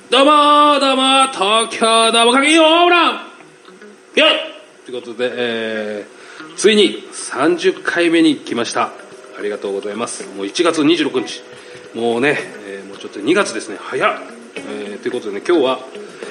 どうも東京どうもかけよーらんよいということで、ついに30回目に来ました。ありがとうございます。もう1月26日もうね、もうちょっと2月ですね。早っ、ということでね、今日は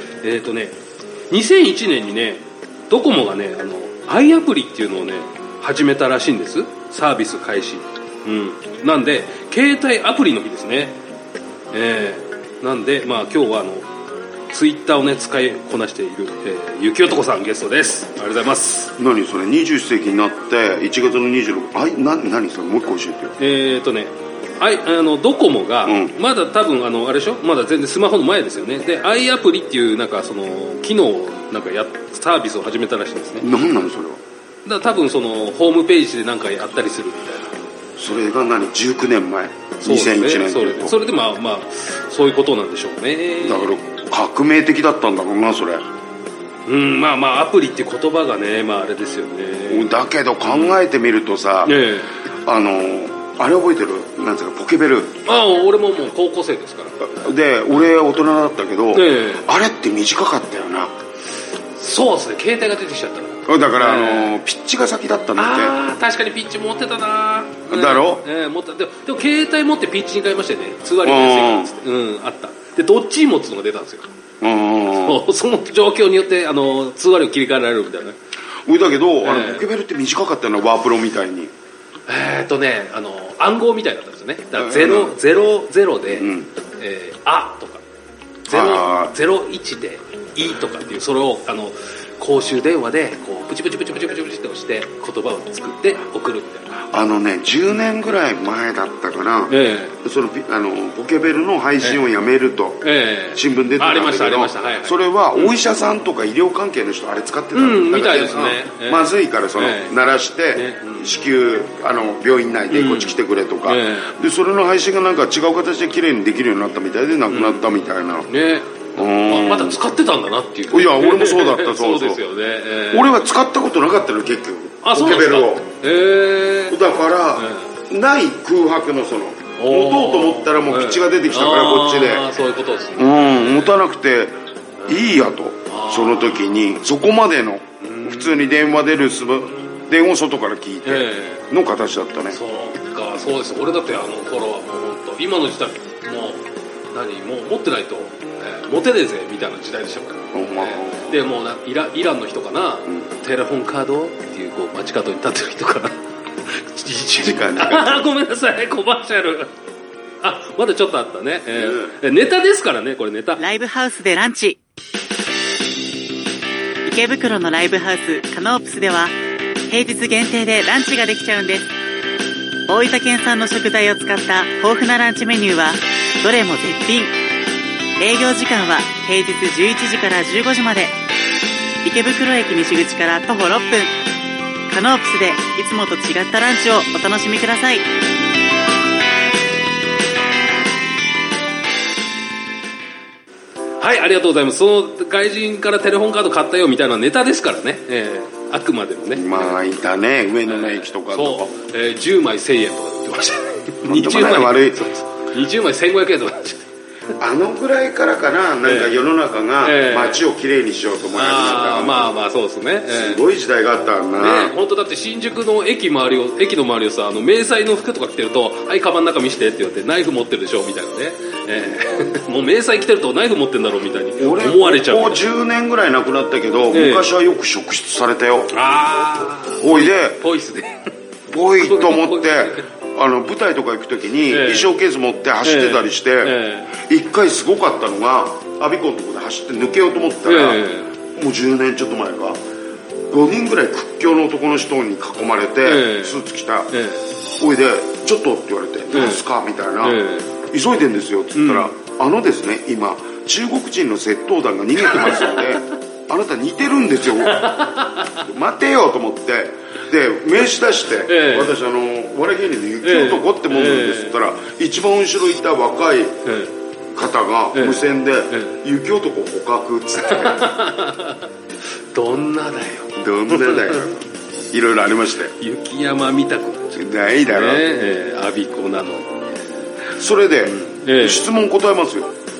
2001年にねドコモがねiアプリっていうのをね始めたらしいんです。サービス開始、なんで携帯アプリの日ですね。なんでまあ今日はツイッターをね使いこなしている、雪男さんゲストです。ありがとうございます。 何それ21世紀になって1月の26何それもう一個教えてよ。 ドコモが、まだ多分あれでしょ、まだ全然スマホの前ですよね。で i アプリっていうなんかその機能をなんかサービスを始めたらしいんですね。 何なのそれは。 だから多分そのホームページでなんかやったりするみたいな。 それが19年前、2001年っていうとそれでまあそういうことなんでしょうね。 だから革命的だったんだろうなそれ。 まあアプリって言葉がね、まああれですよね。 だけど考えてみるとさ、あれ覚えてる？なんつうかポケベル。 俺ももう高校生ですから。 で俺大人だったけど、あれって短かったよな。 そうですね、携帯が出てきちゃったから。 だからピッチが先だったんだって。 確かにピッチ持ってたな。 だろ。 持ったでも携帯持ってピッチに変えましたよね。通話料安いからっつって。あったでどっち持つのが出たんですよ。その状況によって通話料切り替えられるみたいな。 だけどポケベルって短かったよな、ワープロみたいに。 暗号みたいだったんですよね。だから00であとか01でいとかっていう、それを公衆電話でこうプチプチプチプチプチプチって押して言葉を作って送るみたいな。 10年ぐらい前だったかな、そのポケベルの配信をやめると、新聞出てたんだけど、それはお医者さんとか医療関係の人あれ使ってたみたいですね。 まずいから鳴らして至急病院内でこっち来てくれとか、でそれの配信がなんか違う形で綺麗にできるようになったみたいでなくなったみたいな。 まだ使ってたんだなっていう。 いや俺もそうだった。 そうですよね。 俺は使ったことなかったの結局ポケベルを。だからない空白の持とうと思ったらもう口が出てきたからこっちで。 そういうことですね。 持たなくていいやと。その時にそこまでの普通に電話出る電話を外から聞いての形だったね。 そうです。俺だって頃はもう本当今の時代もう持ってないとモテねえぜみたいな時代でしたから。でもうイランの人かな、テレフォンカードっていう街角に立ってる人かな。1時間ごめんなさい、コマーシャル。まだちょっとあったね。ネタですからね、これネタ。 ライブハウスでランチ。池袋のライブハウスカノープスでは平日限定でランチができちゃうんです。大分県産の食材を使った豊富なランチメニューはどれも絶品。営業時間は平日11時から15時まで。池袋駅西口から徒歩6分。カノープスでいつもと違ったランチをお楽しみください。 はい、ありがとうございます。その外人からテレフォンカード買ったよみたいなネタですからね。あくまでもね。 まあいたね、上野の駅とかそう、10枚1000円とか言ってました。 20枚悪い。 20枚1500円とかぐらいからかな、なんか世の中が街をきれいにしようと思い始めた。 まあそうですね。 すごい時代があったんだな。 本当だって新宿の駅の周りをさ、迷彩の服とか着てると、はいカバンの中見してって言って、ナイフ持ってるでしょみたいなね。もう迷彩着てるとナイフ持ってんだろうみたいに思われちゃう。 ここ10年ぐらいなくなったけど、昔はよく職質されたよ。おいでポイスでポイと思って舞台とか行く時に衣装ケース持って走ってたりして、一回すごかったのが我孫子のとこで走って抜けようと思ったら、もう10年ちょっと前か5人ぐらい屈強の男の人に囲まれて、スーツ着た、おいでちょっとって言われて、何すかみたいな、急いでんですよっつったら、ですね今中国人の窃盗団が逃げてますのであなた似てるんですよ待てよと思って、で名刺出して、私お笑い芸人の雪男ってもんなんですって言ったら、一番後ろいた若い方が無線で「雪男捕獲」っつってどんなだよいろいろありましたよ。 雪山見たくなっちゃう。 ないだろ、 我孫子なの。 それで、質問答えますよ。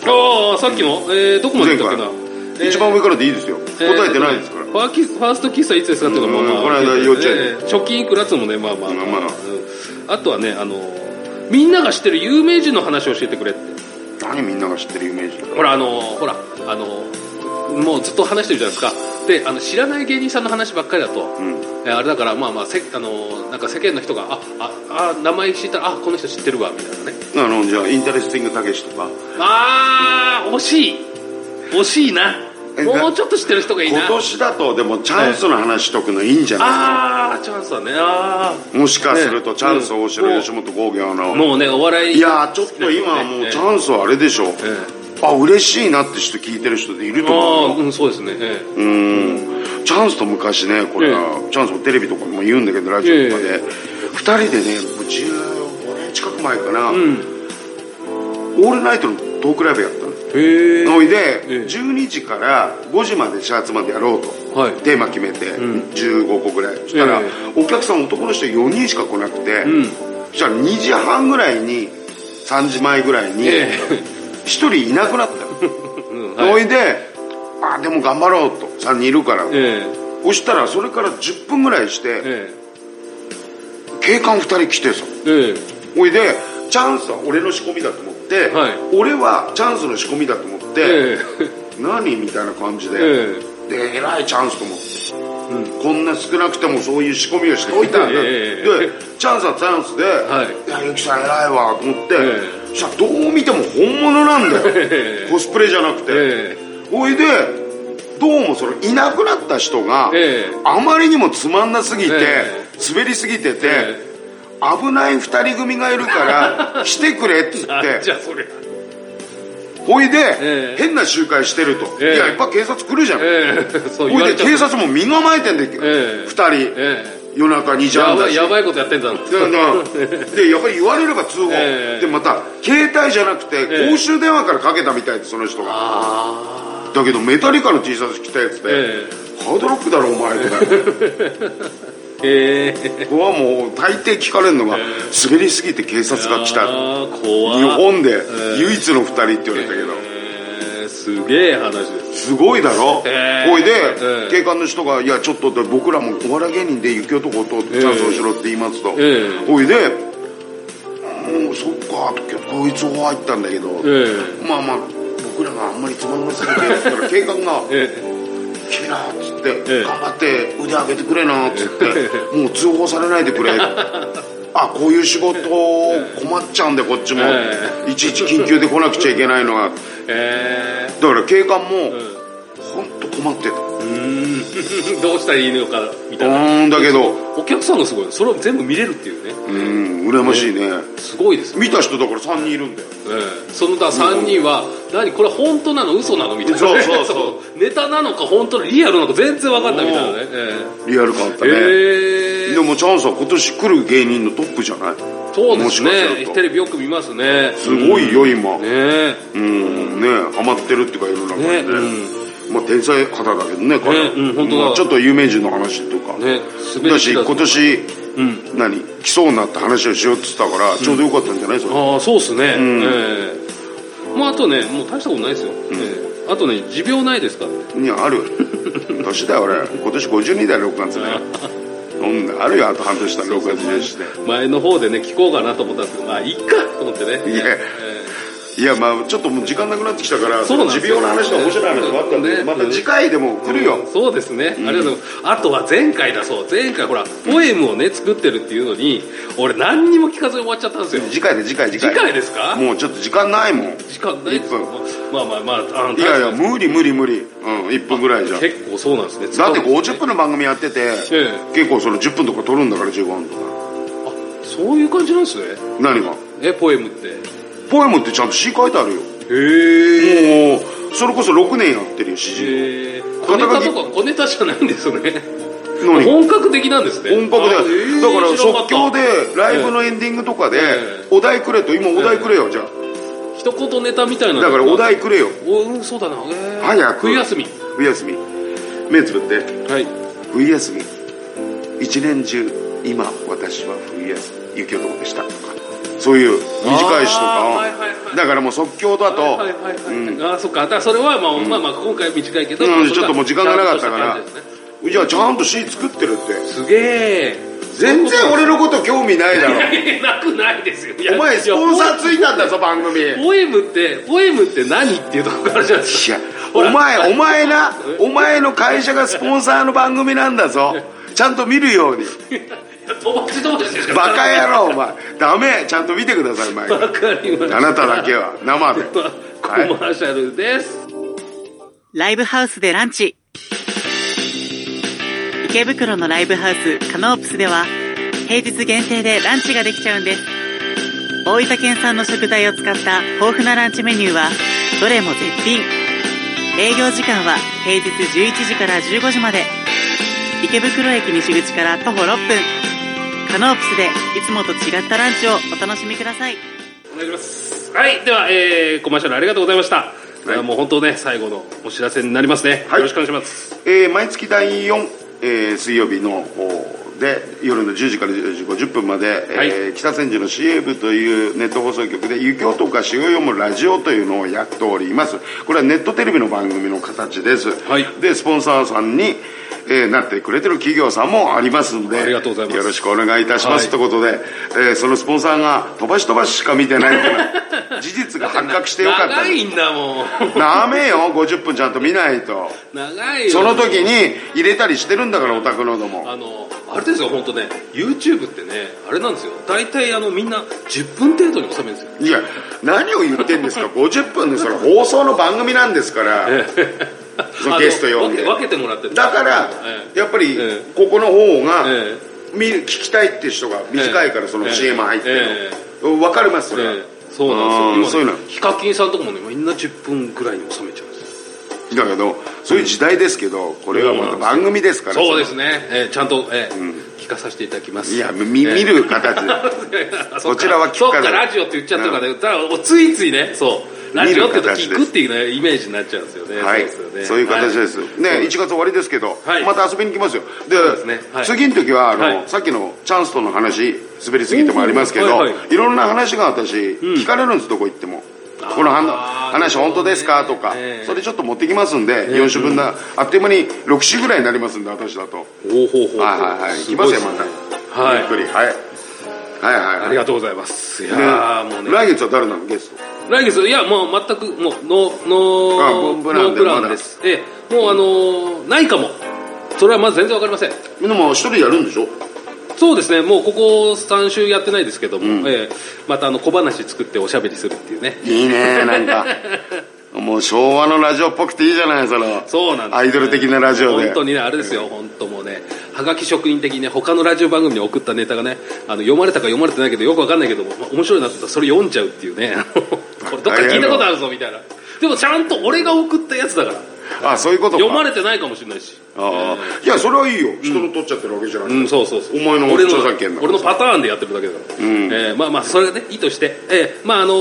ああ、さっきの、どこまで行ったっけな。 一番上からでいいですよ。答えてないですから。 ファーストキスはいつですかっていうのは、 この間幼稚園。 貯金いくらつもね、まあ。あとはね、みんなが知ってる有名人の話を教えてくれって。 何みんなが知ってる有名人？ ほら、もうずっと話してるじゃないですか。で、知らない芸人さんの話ばっかりだと、あれだから、なんか世間の人が、名前知ったら、この人知ってるわ、みたいなね。 じゃあ、インタレスティングたけしとか。 惜しいな。もうちょっと知ってる人がいいな。 今年だとでもチャンスの話しとくのいいんじゃないチャンスはね。 もしかするとチャンス大城吉本興業のもうね、お笑い、 いやちょっと今はもうチャンスはあれでしょ。嬉しいなって人聞いてる人でいると思う。 そうですね。 チャンスと昔ね、これチャンスもテレビとかも言うんだけど、ラジオとかで2人でね、15年近く前かな、オールナイトのトークライブやったの。おいで12時から5時まで始発までやろうと、テーマ決めて15個ぐらい。そしたらお客さん男の人4人しか来なくて、そしたら2時半ぐらいに3時前ぐらいに1人いなくなったの。おいででも頑張ろうと、3人いるから。そしたらそれから10分ぐらいして警官2人来てさ、おいでチャンスは俺の仕込みだと思って、俺はチャンスの仕込みだと思って、何みたいな感じで、でえらいチャンスと思って、こんな少なくてもそういう仕込みをしておいたんだ、でチャンスはチャンスで、いやゆきさん偉いわと思って、そしたらどう見ても本物なんだよ、コスプレじゃなくて。おいでどうもそのいなくなった人があまりにもつまんなすぎて、滑りすぎてて、危ない2人組がいるから来てくれって言ってじゃあそれほいで変な集会してると、いややっぱ警察来るじゃん、ほいで警察も身構えてんだけど、2人夜中2時半だしやばいことやってんだでやっぱり言われれば通報で、また携帯じゃなくて公衆電話からかけたみたいで、その人がだけどメタリカの T シャツ着たやつで、ハードロックだろお前とかここはもう大抵聞かれるのが、滑りすぎて警察が来た、日本で唯一の2人って言われたけど、 すげえ話です。 すごいだろ。ほいで警官の人が「いやちょっと僕らもお笑い芸人で雪男とチャンスをしろ」って言いますと、ほいで「もうそっか」とこいつを入ったんだけど、まあ僕らがあんまりつまんなすぎてって言ったら警官が「君ら」っつって「頑張って腕上げてくれな」っつって「もう通報されないでくれ」こういう仕事困っちゃうんでこっちもいちいち緊急で来なくちゃいけないのが、だから警官も本当困ってた。 どうしたらいいのかみたいな。 だけどお客さんがすごい、それを全部見れるっていうね。 羨ましいね。 すごいですね。 見た人だから3人いるんだよ。 その3人は何これ本当なの嘘なのみたいな。そうネタなのか本当のリアルなのか全然分かんないみたいなね。 リアル感あったね。でもチャンスは今年来る芸人のトップじゃない。 そうですね。テレビよく見ますね。 すごいよ今。ねハマってるっていうか世の中でね。天才肌だけどね彼、ちょっと有名人の話とかだし、今年来そうになった話をしようって言ったからちょうどよかったんじゃないですか。 そうっすね。あとねもう大したことないですよ。あとね持病ないですから。 いやある年だよ俺今年52だよ6月で。あるよあと半年したら6月でして、 前の方でね聞こうかなと思ったんですけどいいかと思ってね。 いやちょっともう時間なくなってきたから、持病の話の面白い話があったんで、また次回でも来るよ。 そうですね、ありがとうございます。あとは前回ほらポエムをね作ってるっていうのに俺何にも聞かずに終わっちゃったんですよ。 次回ですか。もうちょっと時間ないもん。 時間ないです。まあいや無理1分ぐらいじゃ結構そうなんですね。 だって50分の番組やってて結構その10分とか撮るんだから15分とか。 そういう感じなんですね。 何がポエムってちゃんと詩書いてあるよ。もうそれこそ6年やってるよ詩人。 小ネタとか小ネタじゃないんですね。本格的なんですね。 本格的だから即興でライブのエンディングとかでお題くれと、今お題くれよ。じゃあ一言ネタみたいな。 だからお題くれよ。 そうだな。 早く。 冬休み目つぶって。冬休み一年中今私は冬休み雪男でしたとか。 そういう短い詩とかを、だからもう即興だと、 そっか、だからそれはまあ今回は短いけど、 ちょっともう時間がなかったから、じゃあちゃんと詩作ってるって。 すげえ。 全然俺のこと興味ないだろ。 なくないですよ。 お前スポンサーついたんだぞ番組。 ポエムって何っていうところからじゃないですか。 お前の会社がスポンサーの番組なんだぞ。ちゃんと見るように。バカ野郎お前。ダメ、ちゃんと見てください。前わかりました。 あなただけは生で。 コマーシャルです。 ライブハウスでランチ。池袋のライブハウスカノープスでは平日限定でランチができちゃうんです。大分県産の食材を使った豊富なランチメニューはどれも絶品。営業時間は平日11時から15時まで。池袋駅西口から徒歩6分。カノープスでいつもと違ったランチをお楽しみください。 お願いします。はい、では、コマーシャルありがとうございました。もう本当ね、最後のお知らせになりますね。よろしくお願いします。 毎月第4水曜日ので夜の10時から10時50分まで、北千住の CA 部というネット放送局で「雪男が詩を読むラジオ」というのをやっております。これはネットテレビの番組の形です。でスポンサーさんになってくれてる企業さんもありますので、 ありがとうございます。 よろしくお願いいたします。ということで、そのスポンサーが飛ばししか見てないという事実が発覚してよかった。 長いんだもん。 ダメよ、50分ちゃんと見ないと。 長いよ。 その時に入れたりしてるんだから、オタクのども。 あれですよ、本当ね、YouTube ってね、あれなんですよ、大体みんな10分程度に収めるんですよ。 いや、何を言ってんですか。50分でそれ放送の番組なんですからそのゲスト呼んで分けてもらってる。 だからやっぱりここの方が聞きたいっていう人が短いから、その CM 入ってるの分かります。それはそうなんですよ。 今ヒカキンさんとかもね、みんな10分ぐらいに収めちゃうんですよ。 だけどそういう時代ですけど、これはまた番組ですから。 そうですね、ちゃんと聞かさせていただきます。 いや、見る形でこちらは聞くから。 そっか、ラジオって言っちゃってるからね、だからついついね、そうラジオって言うと聞くっていうねイメージになっちゃうんですよね。 はい、そういう形です。ね、1月終わりですけど、また遊びに来ますよ。で、次の時はさっきのチャンスとの話、滑りすぎてもありますけど、いろんな話が私聞かれるんです。どこ行ってもこの話本当ですかとか、それちょっと持ってきますんで、4週分だ、あっという間に6週ぐらいになりますんで、私だと。来ますよ、またゆっくり。ありがとうございます。いやもうね、 来月は誰なの、ゲスト。 来月、いやもう全くもうノープランです。もうないかも。それはまず全然わかりません。 みんなも一人やるんでしょ。 そうですね、もうここ3週やってないですけども、また小話作っておしゃべりするっていうね。 いいね、なんかもう昭和のラジオっぽくていいじゃない。 そうなんです、 アイドル的なラジオで本当にね、あれですよ、本当もうね、はがき職人的にね、他のラジオ番組に送ったネタがね、読まれたか読まれてないけどよくわかんないけども、面白いなって言ったらそれ読んじゃうっていうねこれどっか聞いたことあるぞみたいな。でもちゃんと俺が送ったやつだから。 そういうことか。 読まれてないかもしれないし。 いや、それはいいよ。人の取っちゃってるわけじゃない。 そうお前の著作権だ。 俺のパターンでやってるだけだから。それがね、いいとして、とり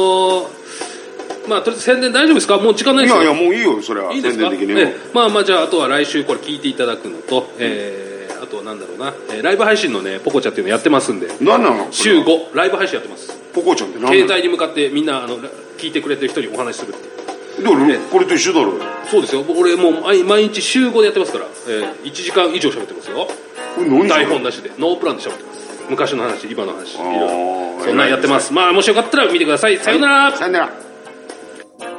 あえず宣伝大丈夫ですか。もう時間ないですよ。 いやもういいよ、それは。 いいですか。 宣伝的に。じゃああとは来週これ聞いていただくのと、あとはなんだろうな、ライブ配信のね、ポコちゃんっていうのやってますんで。 何なの。 週5ライブ配信やってます。 ポコちゃんって何なの。 携帯に向かってみんな聞いてくれてる人にお話しするっていう。 これと一緒だろ。 そうですよ。俺もう毎日週5でやってますから、1時間以上喋ってますよ。台本なしでノープランで喋ってます。昔の話、今の話、いろいろそんなんやってます。もしよかったら見てください。さよなら。 さよなら。